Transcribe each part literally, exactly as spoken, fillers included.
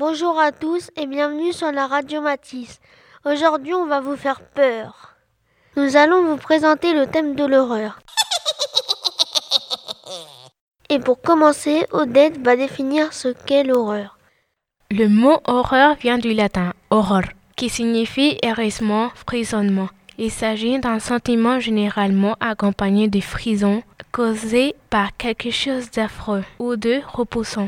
Bonjour à tous et bienvenue sur la radio Matisse. Aujourd'hui, on va vous faire peur. Nous allons vous présenter le thème de l'horreur. Et pour commencer, Odette va définir ce qu'est l'horreur. Le mot horreur vient du latin horror, qui signifie hérissement, frissonnement. Il s'agit d'un sentiment généralement accompagné de frissons causés par quelque chose d'affreux ou de repoussant.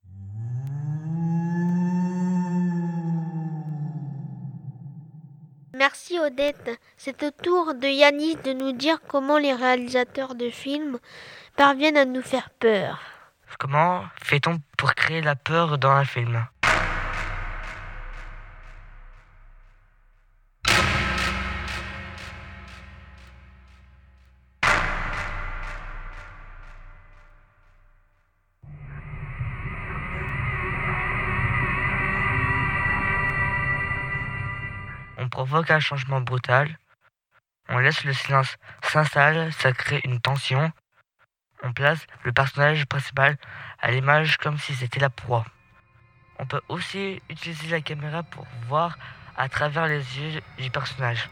Merci Odette. C'est au tour de Yanis de nous dire comment les réalisateurs de films parviennent à nous faire peur. Comment fait-on pour créer la peur dans un film ? On provoque un changement brutal, on laisse le silence s'installer, ça crée une tension, on place le personnage principal à l'image comme si c'était la proie. On peut aussi utiliser la caméra pour voir à travers les yeux du personnage.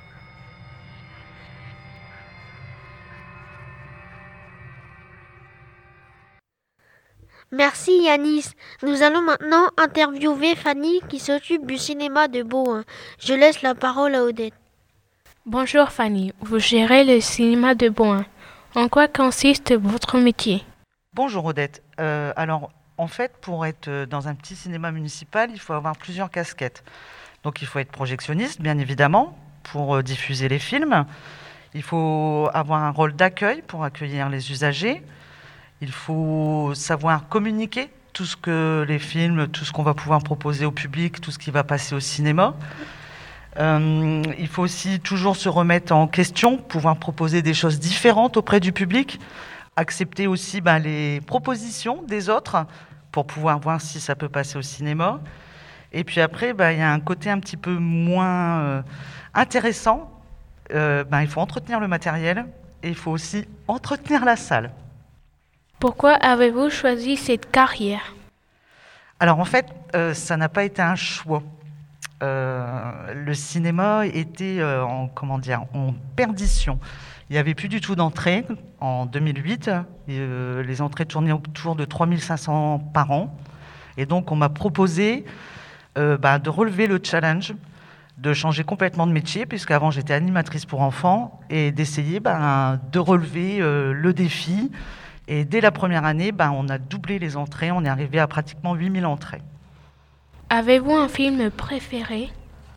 Merci Yanis. Nous allons maintenant interviewer Fanny qui s'occupe du cinéma de Bohain. Je laisse la parole à Odette. Bonjour Fanny, vous gérez le cinéma de Bohain. En quoi consiste votre métier ? Bonjour Odette. Euh, alors, en fait, pour être dans un petit cinéma municipal, il faut avoir plusieurs casquettes. Donc, il faut être projectionniste, bien évidemment, pour euh, diffuser les films. Il faut avoir un rôle d'accueil pour accueillir les usagers. Il faut savoir communiquer tout ce que les films, tout ce qu'on va pouvoir proposer au public, tout ce qui va passer au cinéma. Euh, il faut aussi toujours se remettre en question, pouvoir proposer des choses différentes auprès du public, accepter aussi ben, les propositions des autres pour pouvoir voir si ça peut passer au cinéma. Et puis après, ben, il y a un côté un petit peu moins euh, intéressant. Euh, ben, il faut entretenir le matériel et il faut aussi entretenir la salle. Pourquoi avez-vous choisi cette carrière ? Alors en fait, euh, ça n'a pas été un choix. Euh, le cinéma était euh, en, comment dire, en perdition. Il n'y avait plus du tout d'entrées. En deux mille huit, euh, les entrées tournaient autour de trois mille cinq cents par an. Et donc on m'a proposé euh, bah, de relever le challenge, de changer complètement de métier, puisqu'avant j'étais animatrice pour enfants, et d'essayer bah, de relever euh, le défi. Et dès la première année, bah, on a doublé les entrées, on est arrivé à pratiquement huit mille entrées. Avez-vous un film préféré ?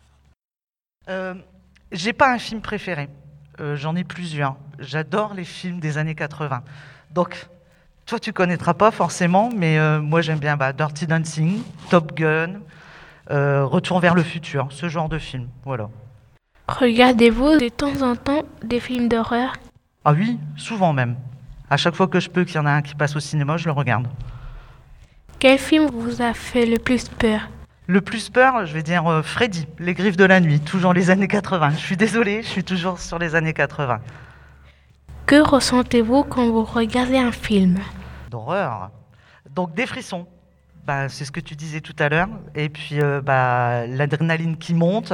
euh, J'ai pas un film préféré, euh, j'en ai plusieurs. J'adore les films des années quatre-vingts. Donc, toi tu connaîtras pas forcément, mais euh, moi j'aime bien bah, Dirty Dancing, Top Gun, euh, Retour vers le futur, ce genre de film, voilà. Regardez-vous de temps en temps des films d'horreur ? Ah oui, souvent même. À chaque fois que je peux qu'il y en a un qui passe au cinéma, je le regarde. Quel film vous a fait le plus peur ? Le plus peur, je vais dire euh, Freddy, Les Griffes de la Nuit, toujours les années quatre-vingts. Je suis désolé, je suis toujours sur les années quatre-vingts. Que ressentez-vous quand vous regardez un film ? D'horreur. Donc des frissons, bah, c'est ce que tu disais tout à l'heure. Et puis euh, bah, l'adrénaline qui monte,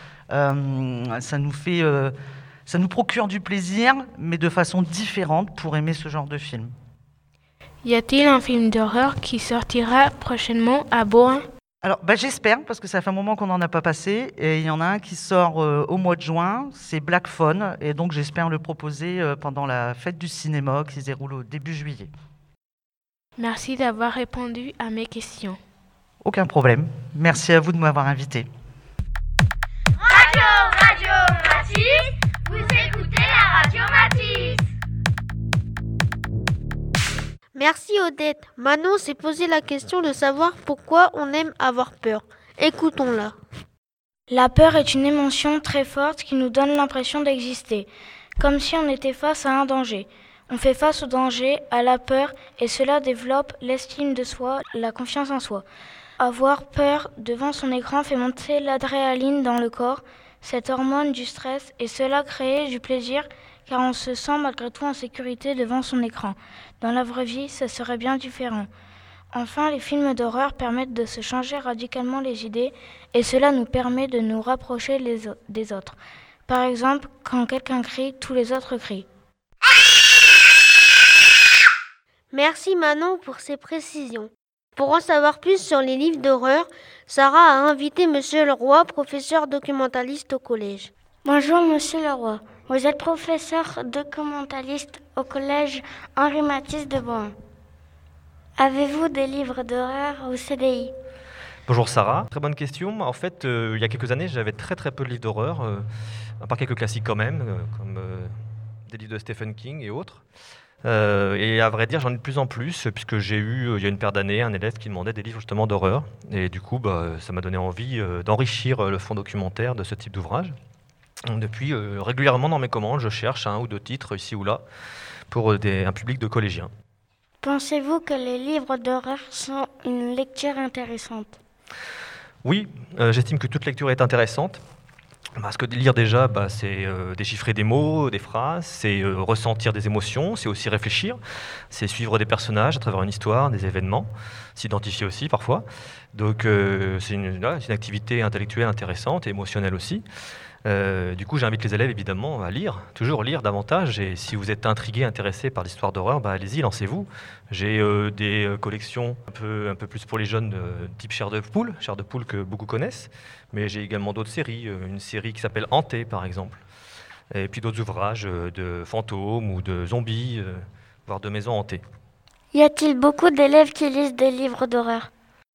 euh, ça nous fait... Euh, Ça nous procure du plaisir, mais de façon différente pour aimer ce genre de film. Y a-t-il un film d'horreur qui sortira prochainement à Bohain ? Alors, bah, j'espère, parce que ça fait un moment qu'on n'en a pas passé. Et il y en a un qui sort euh, au mois de juin, c'est Black Phone. Et donc, j'espère le proposer euh, pendant la fête du cinéma qui se déroule au début juillet. Merci d'avoir répondu à mes questions. Aucun problème. Merci à vous de m'avoir invité. Radio, Radio Matisse, vous écoutez la Radio Matisse. Merci Odette. Manon s'est posé la question de savoir pourquoi on aime avoir peur. Écoutons-la. La peur est une émotion très forte qui nous donne l'impression d'exister, comme si on était face à un danger. On fait face au danger, à la peur, et cela développe l'estime de soi, la confiance en soi. Avoir peur devant son écran fait monter l'adrénaline dans le corps, cette hormone du stress, et cela crée du plaisir car on se sent malgré tout en sécurité devant son écran. Dans la vraie vie, ça serait bien différent. Enfin, les films d'horreur permettent de se changer radicalement les idées et cela nous permet de nous rapprocher les o- des autres. Par exemple, quand quelqu'un crie, tous les autres crient. Merci Manon pour ces précisions. Pour en savoir plus sur les livres d'horreur, Sarah a invité Monsieur Leroy, professeur documentaliste au collège. Bonjour Monsieur Leroy, vous êtes professeur documentaliste au collège Henri Matisse de Beaune. Avez-vous des livres d'horreur au C D I? Bonjour Sarah, très bonne question. En fait, euh, il y a quelques années, j'avais très très peu de livres d'horreur, euh, à part quelques classiques quand même, euh, comme euh, des livres de Stephen King et autres. Euh, et à vrai dire, j'en ai de plus en plus, puisque j'ai eu, euh, il y a une paire d'années, un élève qui demandait des livres justement d'horreur. Et du coup, bah, ça m'a donné envie euh, d'enrichir euh, le fonds documentaire de ce type d'ouvrage. Depuis, euh, régulièrement dans mes commandes, je cherche un ou deux titres ici ou là pour euh, des- un public de collégiens. Pensez-vous que les livres d'horreur sont une lecture intéressante? Oui, euh, j'estime que toute lecture est intéressante. Parce que lire déjà, bah, c'est euh, déchiffrer des mots, des phrases, c'est euh, ressentir des émotions, c'est aussi réfléchir, c'est suivre des personnages à travers une histoire, des événements, s'identifier aussi parfois. Donc euh, c'est une, voilà, c'est une activité intellectuelle intéressante et émotionnelle aussi. Euh, du coup, j'invite les élèves évidemment à lire, toujours lire davantage. Et si vous êtes intrigué, intéressé par l'histoire d'horreur, bah, allez-y, lancez-vous. J'ai euh, des euh, collections un peu, un peu plus pour les jeunes, euh, type Chair de poule, Chair de poule que beaucoup connaissent. Mais j'ai également d'autres séries, euh, une série qui s'appelle Hanté par exemple. Et puis d'autres ouvrages euh, de fantômes ou de zombies, euh, voire de maisons hantées. Y a-t-il beaucoup d'élèves qui lisent des livres d'horreur?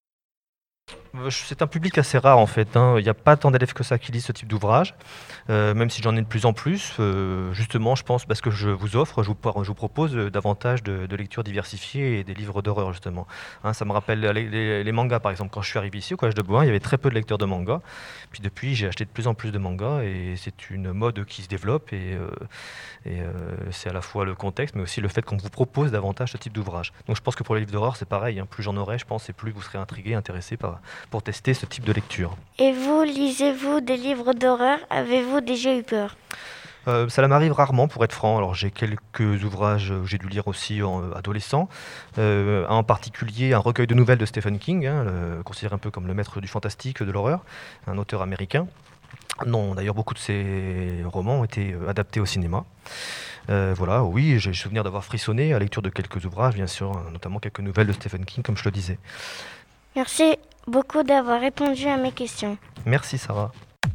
Euh, C'est un public assez rare en fait, hein. Il n'y a pas tant d'élèves que ça qui lisent ce type d'ouvrage, euh, même si j'en ai de plus en plus. Euh, justement, je pense, parce que je vous offre, je vous, par- je vous propose euh, davantage de, de lectures diversifiées et des livres d'horreur justement. Hein, ça me rappelle les, les- les mangas par exemple. Quand je suis arrivé ici au collège de Boin, il y avait très peu de lecteurs de mangas. Puis depuis, j'ai acheté de plus en plus de mangas et c'est une mode qui se développe et, euh, et, euh, c'est à la fois le contexte, mais aussi le fait qu'on vous propose davantage ce type d'ouvrage. Donc je pense que pour les livres d'horreur, c'est pareil, hein. Plus j'en aurai, je pense, et plus vous serez intrigué, intéressé par pour tester ce type de lecture. Et vous, lisez-vous des livres d'horreur? Avez-vous déjà eu peur? Euh, ça m'arrive rarement, pour être franc. Alors j'ai quelques ouvrages que j'ai dû lire aussi en euh, adolescent. Euh, en particulier un recueil de nouvelles de Stephen King, hein, le- considéré un peu comme le maître du fantastique, de l'horreur, un auteur américain. Non, d'ailleurs beaucoup de ses romans ont été euh, adaptés au cinéma. Euh, voilà, oui, j'ai le souvenir d'avoir frissonné à la lecture de quelques ouvrages, bien sûr, notamment quelques nouvelles de Stephen King, comme je le disais. Merci beaucoup d'avoir répondu à mes questions. Merci Sarah.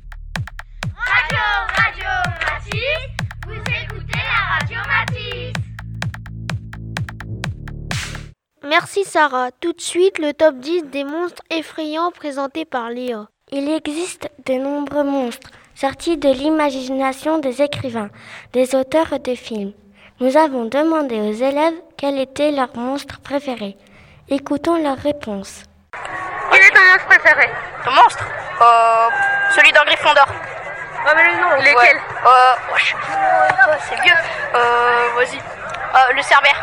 Radio, Radio Matisse, vous écoutez la Radio Matisse. Merci Sarah. Tout de suite, le top dix des monstres effrayants présentés par Léa. Il existe de nombreux monstres sortis de l'imagination des écrivains, des auteurs de films. Nous avons demandé aux élèves quel était leur monstre préféré. Écoutons leurs réponses. Quel est ton monstre préféré? Ton monstre euh, Celui d'un Gryffondor. Ah mais le nom, il est quel? Euh, wesh. Oh, c'est vieux. Euh, vas-y. Euh, le Cerbère.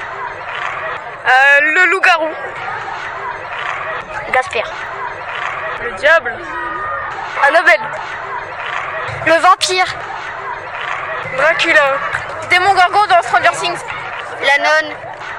Euh, le loup-garou. Gaspard. Le diable. Annabelle. Le vampire. Dracula. Démon Gorgon dans Stranger Things. La nonne.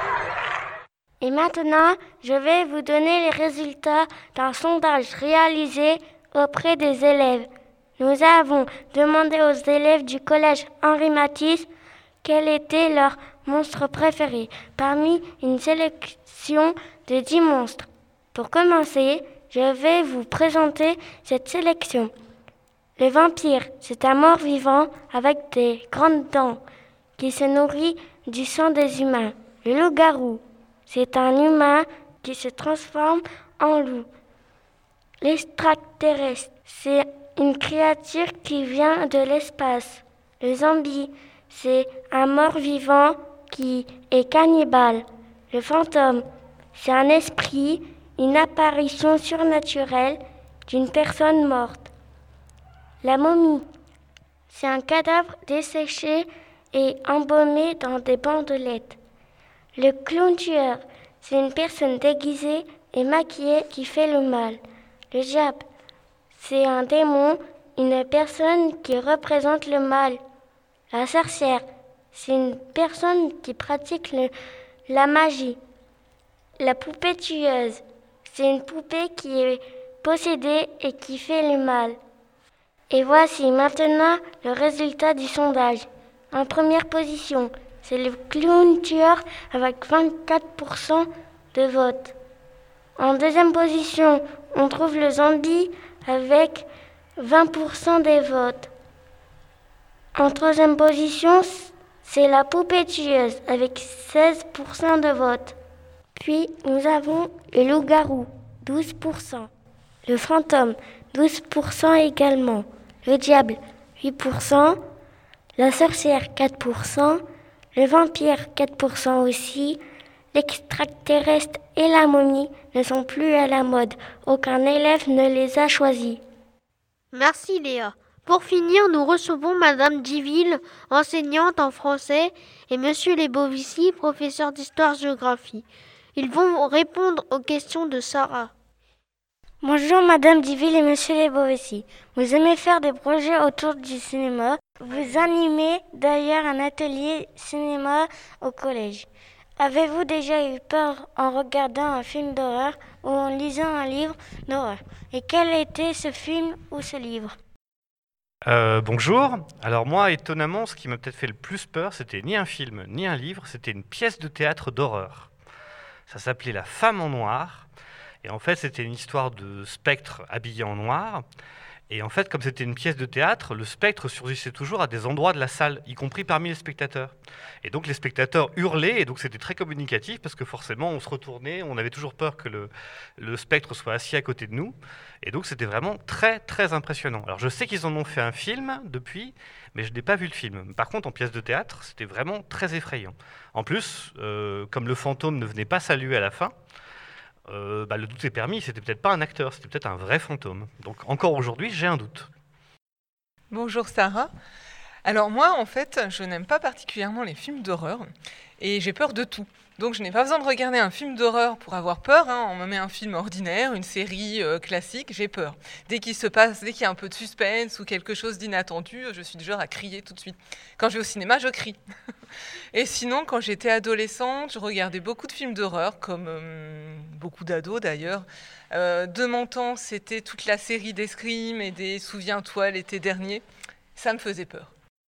Et maintenant, je vais vous donner les résultats d'un sondage réalisé auprès des élèves. Nous avons demandé aux élèves du collège Henri Matisse quel était leur monstre préféré parmi une sélection de dix monstres. Pour commencer, je vais vous présenter cette sélection. Le vampire, c'est un mort-vivant avec des grandes dents qui se nourrit du sang des humains. Le loup-garou, c'est un humain qui se transforme en loup. L'extraterrestre, c'est une créature qui vient de l'espace. Le zombie, c'est un mort-vivant qui est cannibale. Le fantôme, c'est un esprit, une apparition surnaturelle d'une personne morte. La momie, c'est un cadavre desséché et embaumé dans des bandelettes. Le clown tueur, c'est une personne déguisée et maquillée qui fait le mal. Le diable, c'est un démon, une personne qui représente le mal. La sorcière, c'est une personne qui pratique le- la magie. La poupée tueuse. C'est une poupée qui est possédée et qui fait le mal. Et voici maintenant le résultat du sondage. En première position, c'est le clown tueur avec vingt-quatre pour cent de votes. En deuxième position, on trouve le zombie avec vingt pour cent des votes. En troisième position, c'est la poupée tueuse avec seize pour cent de votes. Puis nous avons le loup-garou, douze pour cent. Le fantôme, douze pour cent également. Le diable, huit pour cent. La sorcière, quatre pour cent. Le vampire, quatre pour cent aussi. L'extraterrestre et la momie ne sont plus à la mode. Aucun élève ne les a choisis. Merci Léa. Pour finir, nous recevons Madame Diville, enseignante en français, et Monsieur Lebovici, professeur d'histoire-géographie. Ils vont répondre aux questions de Sarah. Bonjour Madame Diville et Monsieur Lebovici. Vous aimez faire des projets autour du cinéma. Vous animez d'ailleurs un atelier cinéma au collège. Avez-vous déjà eu peur en regardant un film d'horreur ou en lisant un livre d'horreur? Et quel était ce film ou ce livre? Euh, bonjour. Alors moi, étonnamment, ce qui m'a peut-être fait le plus peur, c'était ni un film, ni un livre, c'était une pièce de théâtre d'horreur. Ça s'appelait La Femme en noir. Et en fait, c'était une histoire de spectre habillé en noir. Et en fait, comme c'était une pièce de théâtre, le spectre surgissait toujours à des endroits de la salle, y compris parmi les spectateurs. Et donc les spectateurs hurlaient, et donc c'était très communicatif, parce que forcément, on se retournait, on avait toujours peur que le, le spectre soit assis à côté de nous. Et donc c'était vraiment très, très impressionnant. Alors je sais qu'ils en ont fait un film depuis, mais je n'ai pas vu le film. Par contre, en pièce de théâtre, c'était vraiment très effrayant. En plus, euh, comme le fantôme ne venait pas saluer à la fin, Euh, bah, le doute est permis, c'était peut-être pas un acteur, c'était peut-être un vrai fantôme. Donc encore aujourd'hui, j'ai un doute. Bonjour Sarah. Alors moi, en fait, je n'aime pas particulièrement les films d'horreur et j'ai peur de tout. Donc je n'ai pas besoin de regarder un film d'horreur pour avoir peur. Hein. On me met un film ordinaire, une série euh, classique, j'ai peur. Dès qu'il se passe, dès qu'il y a un peu de suspense ou quelque chose d'inattendu, je suis du genre à crier tout de suite. Quand je vais au cinéma, je crie. Et sinon, quand j'étais adolescente, je regardais beaucoup de films d'horreur, comme euh, beaucoup d'ados d'ailleurs. Euh, de mon temps, c'était toute la série des Scream et des Souviens-toi l'été dernier. Ça me faisait peur.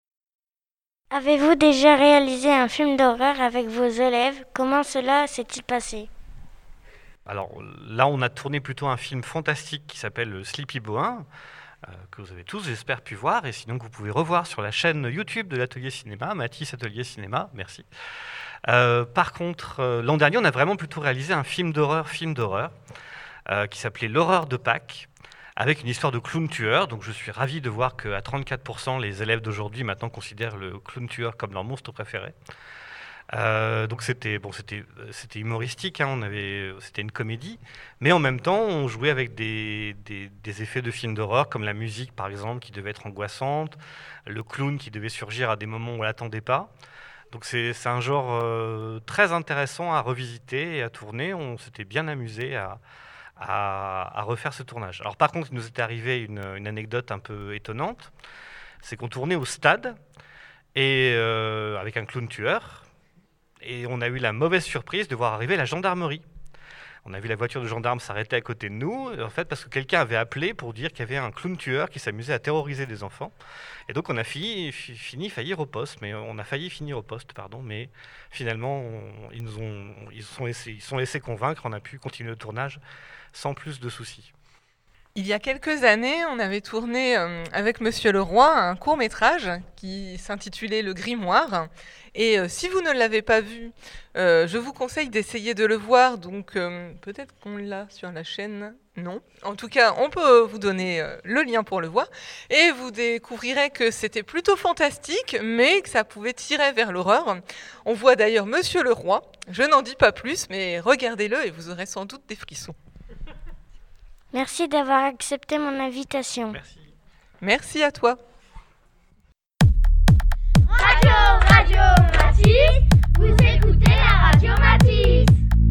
Avez-vous déjà réalisé un film d'horreur avec vos élèves? Comment cela s'est-il passé? Alors là, on a tourné plutôt un film fantastique qui s'appelle Sleepy Bohin, euh, que vous avez tous, j'espère, pu voir, et sinon que vous pouvez revoir sur la chaîne YouTube de l'Atelier Cinéma, Mathis Atelier Cinéma, merci. Euh, par contre, euh, l'an dernier, on a vraiment plutôt réalisé un film d'horreur, film d'horreur, euh, qui s'appelait L'horreur de Pâques, avec une histoire de clown tueur. Donc je suis ravi de voir qu'à trente-quatre pour cent, les élèves d'aujourd'hui maintenant considèrent le clown tueur comme leur monstre préféré. Euh, donc c'était bon, c'était c'était humoristique, hein, on avait, c'était une comédie, mais en même temps on jouait avec des, des, des effets de films d'horreur, comme la musique par exemple qui devait être angoissante, le clown qui devait surgir à des moments où on l'attendait pas. Donc c'est c'est un genre euh, très intéressant à revisiter et à tourner. On s'était bien amusé à À, à refaire ce tournage. Alors par contre, il nous est arrivé une, une anecdote un peu étonnante, c'est qu'on tournait au stade et euh, avec un clown tueur, et on a eu la mauvaise surprise de voir arriver la gendarmerie. On a vu la voiture de gendarme s'arrêter à côté de nous, en fait parce que quelqu'un avait appelé pour dire qu'il y avait un clown tueur qui s'amusait à terroriser des enfants. Et donc on a fini, fini faillir au poste, mais on a failli finir au poste, pardon, mais finalement on, ils nous ont, ils sont laissés, ils sont laissés convaincre, on a pu continuer le tournage sans plus de soucis. Il y a quelques années, on avait tourné euh, avec Monsieur Leroy un court-métrage qui s'intitulait Le Grimoire. Et euh, si vous ne l'avez pas vu, euh, je vous conseille d'essayer de le voir. Donc euh, peut-être qu'on l'a sur la chaîne, non. En tout cas, on peut vous donner euh, le lien pour le voir. Et vous découvrirez que c'était plutôt fantastique, mais que ça pouvait tirer vers l'horreur. On voit d'ailleurs Monsieur Leroy. Je n'en dis pas plus, mais regardez-le et vous aurez sans doute des frissons. Merci d'avoir accepté mon invitation. Merci. Merci à toi. Radio, Radio Mathis, vous écoutez la Radio Mathis.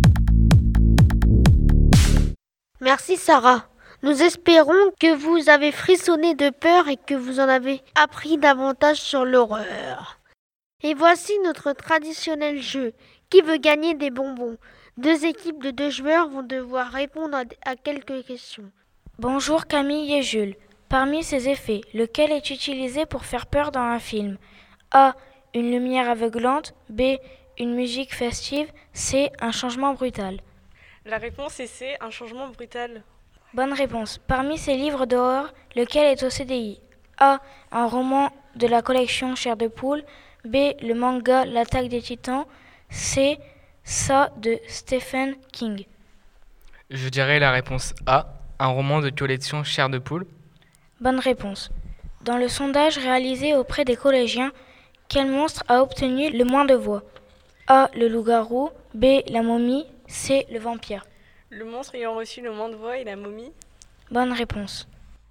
Merci Sarah. Nous espérons que vous avez frissonné de peur et que vous en avez appris davantage sur l'horreur. Et voici notre traditionnel jeu. Qui veut gagner des bonbons? Deux équipes de deux joueurs vont devoir répondre à, à quelques questions. Bonjour Camille et Jules. Parmi ces effets, lequel est utilisé pour faire peur dans un film? A. Une lumière aveuglante. B. Une musique festive. C. Un changement brutal. La réponse est C. Un changement brutal. Bonne réponse. Parmi ces livres d'horreur, lequel est au C D I? A. Un roman de la collection Chair de poule. B. Le manga L'attaque des titans. C. Ça de Stephen King. Je dirais la réponse A. Un roman de collection Chair de poule. Bonne réponse. Dans le sondage réalisé auprès des collégiens, quel monstre a obtenu le moins de voix? A. Le loup-garou. B. La momie. C. Le vampire. Le monstre ayant reçu le moins de voix est la momie. Bonne réponse.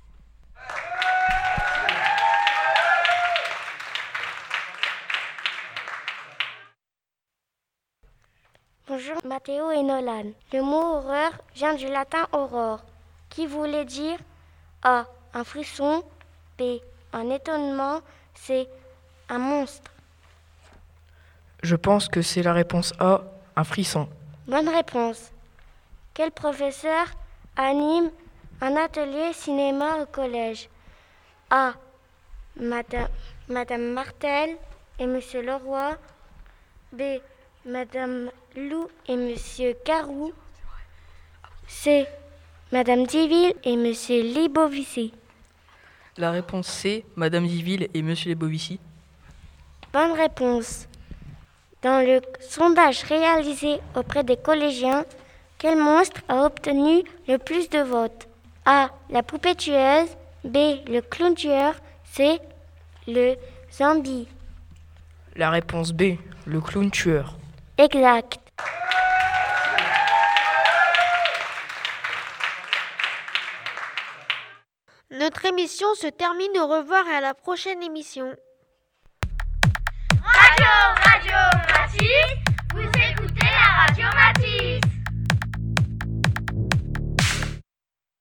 Bonjour Mathéo et Nolan. Le mot horreur vient du latin aurore, qui voulait dire A. Un frisson. B. Un étonnement. C. Un monstre. Je pense que c'est la réponse A. Un frisson. Bonne réponse. Quel professeur anime un atelier cinéma au collège? A. Madame, Madame Martel et Monsieur Leroy. B. Madame Lou et Monsieur Carou. C. Madame Diville et Monsieur Libovici. La réponse C. Madame Diville et Monsieur Libovici. Bonne réponse. Dans le sondage réalisé auprès des collégiens, quel monstre a obtenu le plus de votes? A. La poupée tueuse. B. Le clown tueur. C. Le zombie. La réponse B. Le clown tueur. Exact. Notre émission se termine. Au revoir et à la prochaine émission. Radio, Radio Mathis.